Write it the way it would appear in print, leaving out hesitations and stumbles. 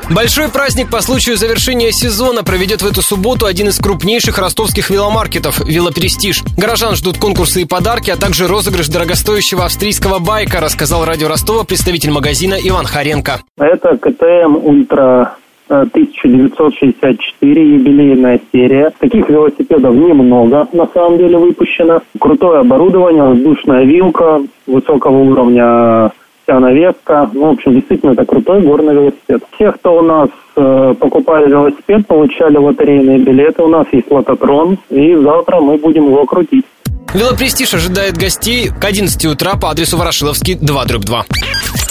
Большой праздник по случаю завершения сезона проведет в эту субботу один из крупнейших ростовских веломаркетов – «Велопрестиж». Горожан ждут конкурсы и подарки, а также розыгрыш дорогостоящего австрийского байка, рассказал радио Ростова представитель магазина Иван Харенко. Это КТМ Ультра 1964, юбилейная серия. Таких велосипедов немного, на самом деле, выпущено. Крутое оборудование, воздушная вилка, высокого уровня вся навеска. В общем, действительно, это крутой горный велосипед. Все, кто у нас покупали велосипед, получали лотерейные билеты. У нас есть лототрон, и завтра мы будем его крутить. Велопрестиж ожидает гостей к 11 утра по адресу Ворошиловский, 2/2.